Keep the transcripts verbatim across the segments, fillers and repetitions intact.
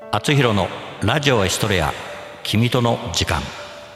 厚弘のラジオエストレア、君との時間。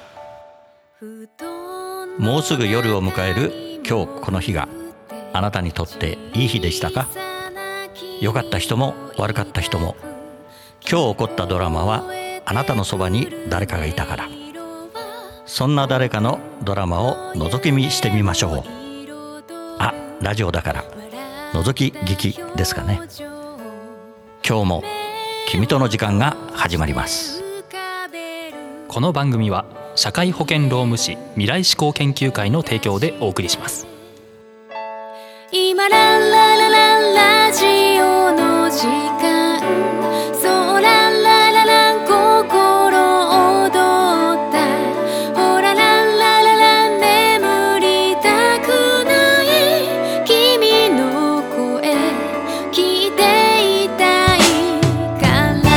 もうすぐ夜を迎える今日この日があなたにとっていい日でしたか？良かった人も悪かった人も、今日起こったドラマはあなたのそばに誰かがいたから。そんな誰かのドラマを覗き見してみましょう。あ、ラジオだから覗き聞きですかね。今日も君との時間が始まります。 この番組は社会保険労務士未来志向研究会の提供でお送りします。 今ランララランラジオの時間、そうランラララン心躍った、ほらランラララン眠りたくない君の声聞いていたいから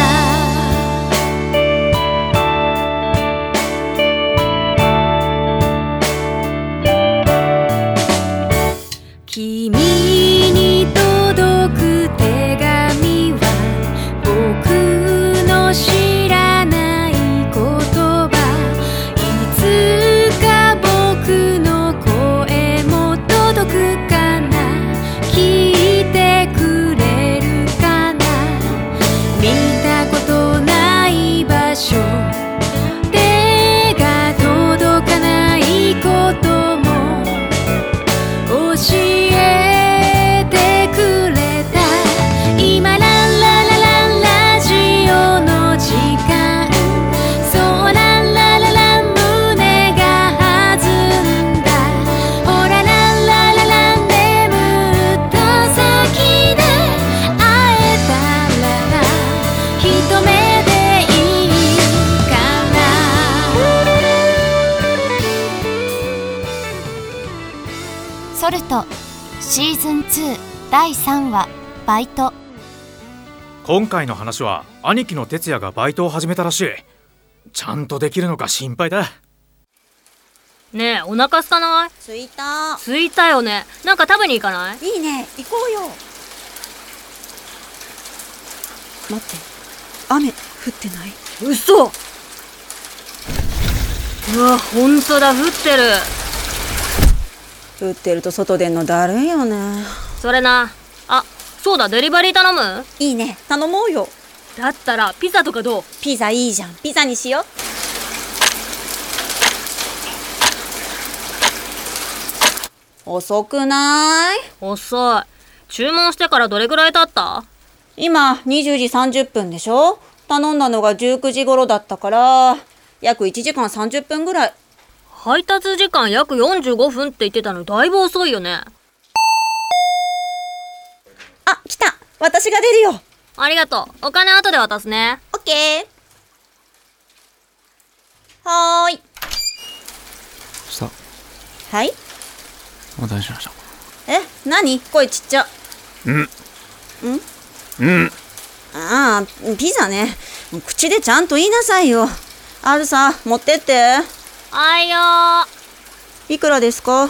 君に届く手紙は僕の知らない言葉、いつか僕の声も届くかな、聞いてくれるかな、見たことない場所、手が届かないことも教えてくれた。今ランララランラジオの時間、そうランラララン胸が弾んだ、ほらランラララン眠った先で会えたら一目でいいかな。 ソルトシーズンツーだいさんわバイト。 今回の話は兄貴の哲也がバイトを始めたらしい。ちゃんとできるのか心配だ。 ねえ、お腹空かない？ 着いた。 空いたよね。なんか食べに行かない？ いいね、行こうよ。待って、雨降ってない？ 嘘。うわ、ほんとだ、降ってる。 降ってると外出んのだるいよね。 それな。あ、そうだ、デリバリー頼む？ いいね、頼もうよ。 だったらピザとかどう？ ピザいいじゃん、ピザにしよう。遅くない？ 遅い。注文してからどれくらい経った？ 今にじゅうじさんじゅっぷんでしょ。頼んだのがじゅうくじ頃だったから約いちじかんさんじゅっぷんぐらい。 配達時間約よんじゅうごふんって言ってたのだいぶ遅いよね。 あ、来た。私が出るよ。 ありがとう。お金後で渡すね。 オッケー。はーい。 した。 はい。 お待たせしました。 え、何？声ちっちゃ。 うん。 うん？ うん。 ああ、ピザね。口でちゃんと言いなさいよ。あるさ、持ってって。 あいよー。いくらですか？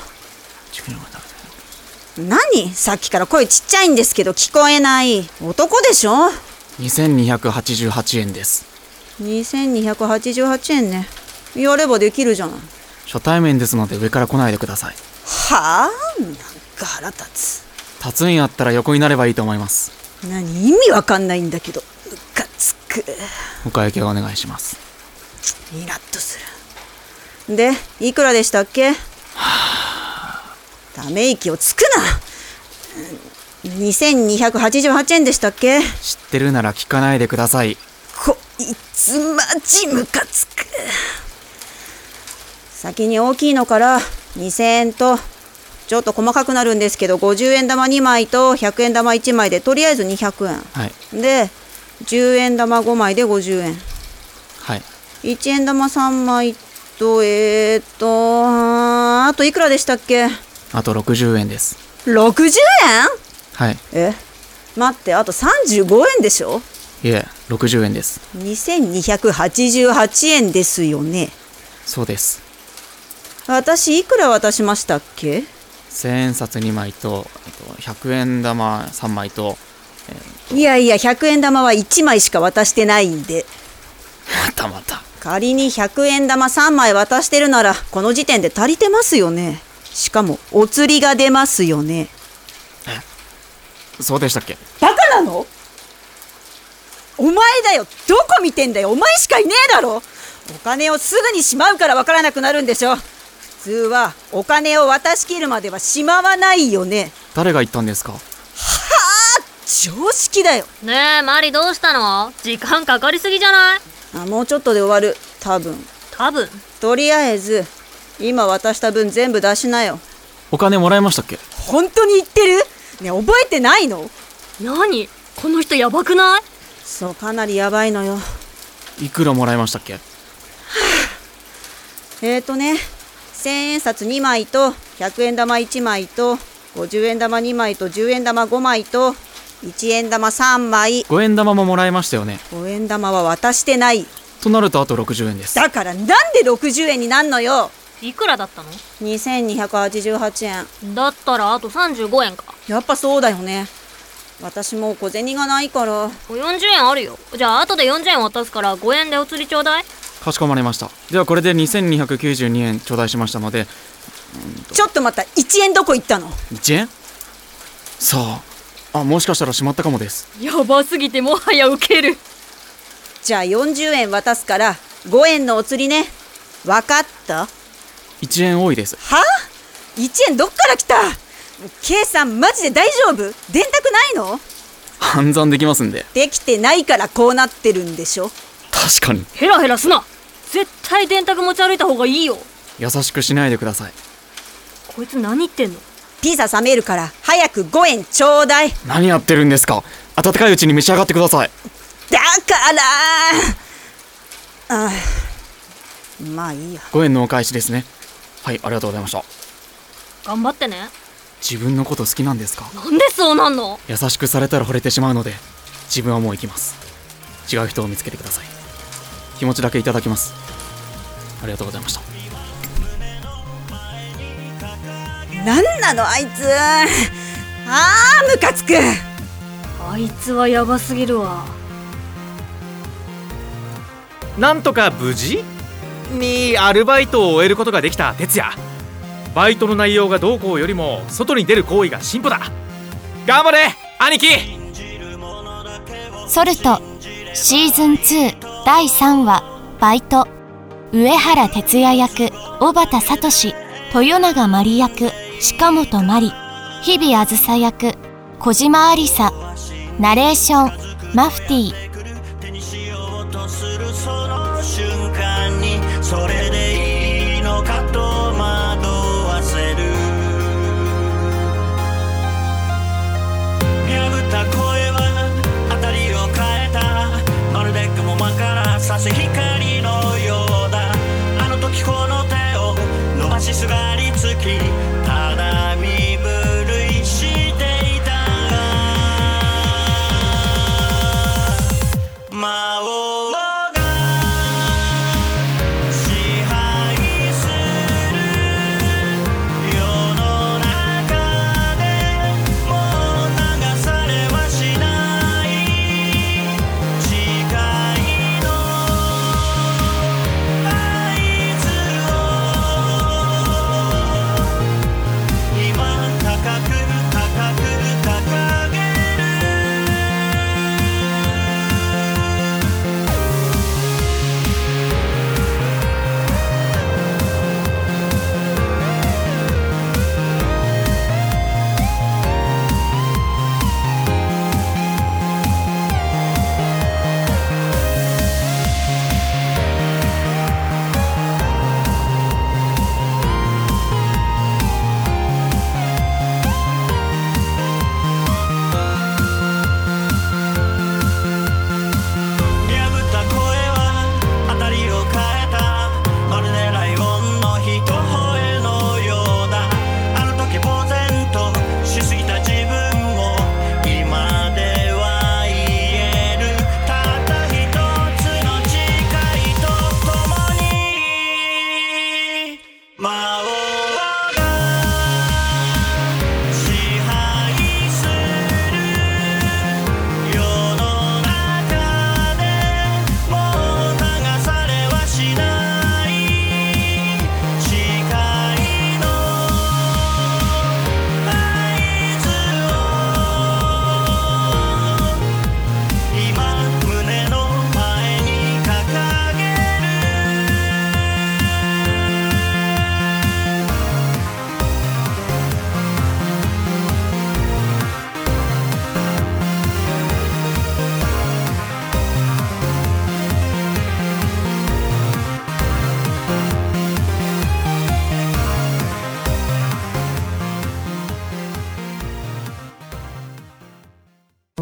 何？さっきから声ちっちゃいんですけど聞こえない。男でしょ？ にせんにひゃくはちじゅうはちえんです。 にせんにひゃくはちじゅうはちえんね。やればできるじゃない。 初対面ですので上から来ないでください。 はあ？なんか腹立つ。 立つんやったら横になればいいと思います。 何？意味わかんないんだけど。ムカつく。 お会計をお願いします。 イラッとする。で、いくらでしたっけ？はあ、 ため息をつくな。にせんにひゃくはちじゅうはちえんでしたっけ？ 知ってるなら聞かないでください。 こいつマジムカつく。先に大きいのからにせんえんと、ちょっと細かくなるんですけどごじゅうえん玉にまいとひゃくえん玉いちまいでとりあえずにひゃくえん、 はい、 でじゅうえん玉ごまいでごじゅうえん、 はい、 いちえん玉さんまいとえーっとああといくらでしたっけ？ あとろくじゅうえんです。 ろくじゅうえん？ はい。 え、待って、あとさんじゅうごえんでしょ？ いえ、ろくじゅうえんです。 にせんにひゃくはちじゅうはちえんですよね？ そうです。 私いくら渡しましたっけ？ 千円札にまいとひゃくえん玉さんまいといやいや、ひゃくえん玉はいちまいしか渡してないんで。 またまた。 仮にひゃくえん玉さんまい渡してるならこの時点で足りてますよね。しかもお釣りが出ますよね。 え、そうでしたっけ？ バカなの？お前だよ。どこ見てんだよ。お前しかいねえだろ。お金をすぐにしまうからわからなくなるんでしょ。普通はお金を渡し切るまではしまわないよね。 誰が言ったんですか？ はあ、常識だよ。 ねえマリどうしたの？時間かかりすぎじゃない？ あ、もうちょっとで終わる。多分多分とりあえず今渡した分全部出しなよ。 お金もらいましたっけ？ 本当に言ってる？ねえ、覚えてないの？ 何？この人やばくない？ そう、かなりやばいのよ。 いくらもらいましたっけ？はあ、えーとねせんえん札にまいとひゃくえん玉いちまいとごじゅうえん玉にまいとじゅうえん玉ごまいといちえん玉さんまい。 ごえん玉ももらいましたよね。 ごえん玉は渡してない。 となるとあとろくじゅうえんです。 だからなんでろくじゅうえんになんのよ。 いくらだったの？ にせんにひゃくはちじゅうはちえん。 だったらあとさんじゅうごえんか。 やっぱそうだよね。私もう小銭がないから。 よんじゅうえんあるよ。じゃあ後でよんじゅうえん渡すからごえんでお釣りちょうだい。 かしこまりました。ではこれでにせんにひゃくきゅうじゅうにえん頂戴しましたので、 ちょっと待った。いちえんどこ行ったの？ いちえん？さあ、あ、もしかしたらしまったかもです。 やばすぎてもはやウケる。 じゃあよんじゅうえん渡すからごえんのお釣りね。わかった？ いちえん多いです。 は？いちえんどっから来た？計算マジで大丈夫？電卓ないの？ 暗算できますんで。 できてないからこうなってるんでしょ。 確かに。 ヘラヘラすな。絶対電卓持ち歩いた方がいいよ。 優しくしないでください。 こいつ何言ってんの？ ピザ冷めるから早くごえんちょうだい。 何やってるんですか。温かいうちに召し上がってください。 だからああ、まあいいや。 ごえんのお返しですね。はい、ありがとうございました。 頑張ってね。 自分のこと好きなんですか？ なんでそうなんの？ 優しくされたら惚れてしまうので、自分はもう行きます。違う人を見つけてください。気持ちだけいただきます。ありがとうございました。 なんなのあいつ。あームカつく。 あいつはやばすぎるわ。 なんとか無事にアルバイトを終えることができた哲也。バイトの内容がどうこうよりも外に出る行為が進歩だ。頑張れ兄貴。 ソルトシーズンツーだいさんわバイト。上原哲也役、小畑聡、豊永真理役、鹿本真理、日比あずさ役、小島ありさ。ナレーションマフティー。 それでいいのかと惑わせる。破った声は辺りを変えた。まるで雲間から差す光のようだ。あの時この手を伸ばしすがりつき、ただ身震いしていた。魔王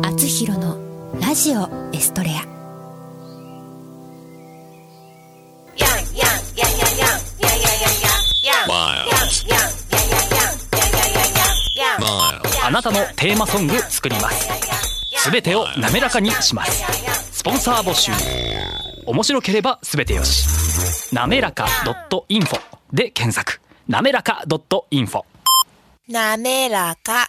厚弘のラジオエストレア。 あなたのテーマソング作ります。すべてを滑らかにします。スポンサー募集。面白ければすべてよし。なめらか .info で検索。なめらか .info。 なめらか。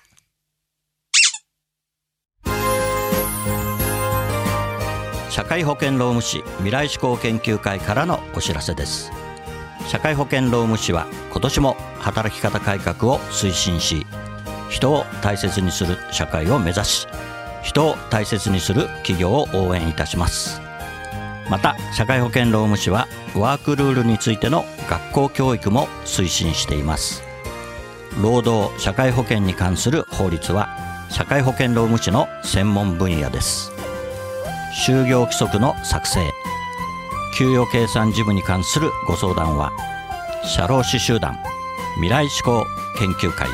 社会保険労務士未来志向研究会からのお知らせです。社会保険労務士は今年も働き方改革を推進し、人を大切にする社会を目指し、人を大切にする企業を応援いたします。また社会保険労務士はワークルールについての学校教育も推進しています。労働社会保険に関する法律は社会保険労務士の専門分野です。就業規則の作成、給与計算事務に関するご相談は社労士集団未来志向研究会へ。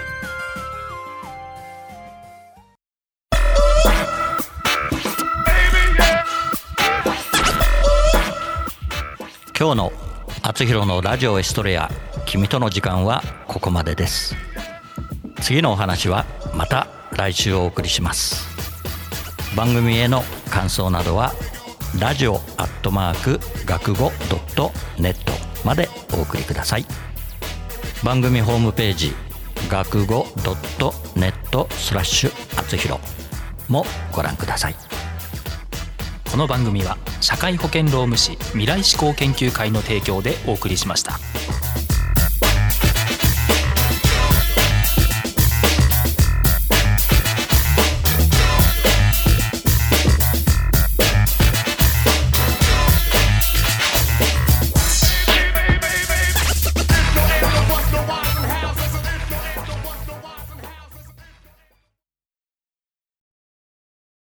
今日の厚弘のラジオエストレア、君との時間はここまでです。次のお話はまた来週お送りします。番組への感想などはラジオアットマーク学語ドットネットまでお送りください。番組ホームページ学語ドットネットスラッシュ厚弘もご覧ください。 この番組は社会保険労務士未来志向研究会の提供でお送りしました。